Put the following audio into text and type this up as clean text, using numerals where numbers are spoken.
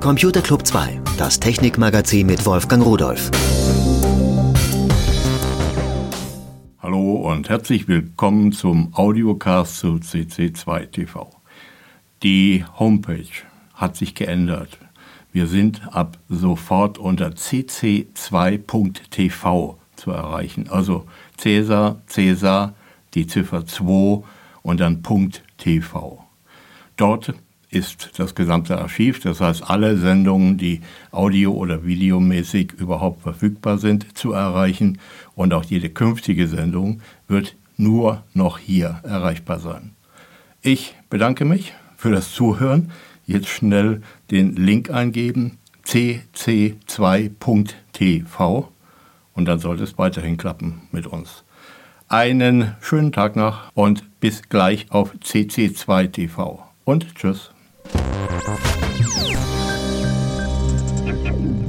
Computer Club 2, das Technikmagazin mit Wolfgang Rudolph. Hallo und herzlich willkommen zum Audiocast zu CC2 TV. Die Homepage hat sich geändert. Wir sind ab sofort unter cc2.tv zu erreichen. Also Cäsar, die Ziffer 2 und dann .tv. Dort ist das gesamte Archiv, das heißt alle Sendungen, die audio- oder videomäßig überhaupt verfügbar sind, zu erreichen. Und auch jede künftige Sendung wird nur noch hier erreichbar sein. Ich bedanke mich für das Zuhören. Jetzt schnell den Link eingeben, cc2.tv, und dann sollte es weiterhin klappen mit uns. Einen schönen Tag noch und bis gleich auf CC2 TV. Und tschüss.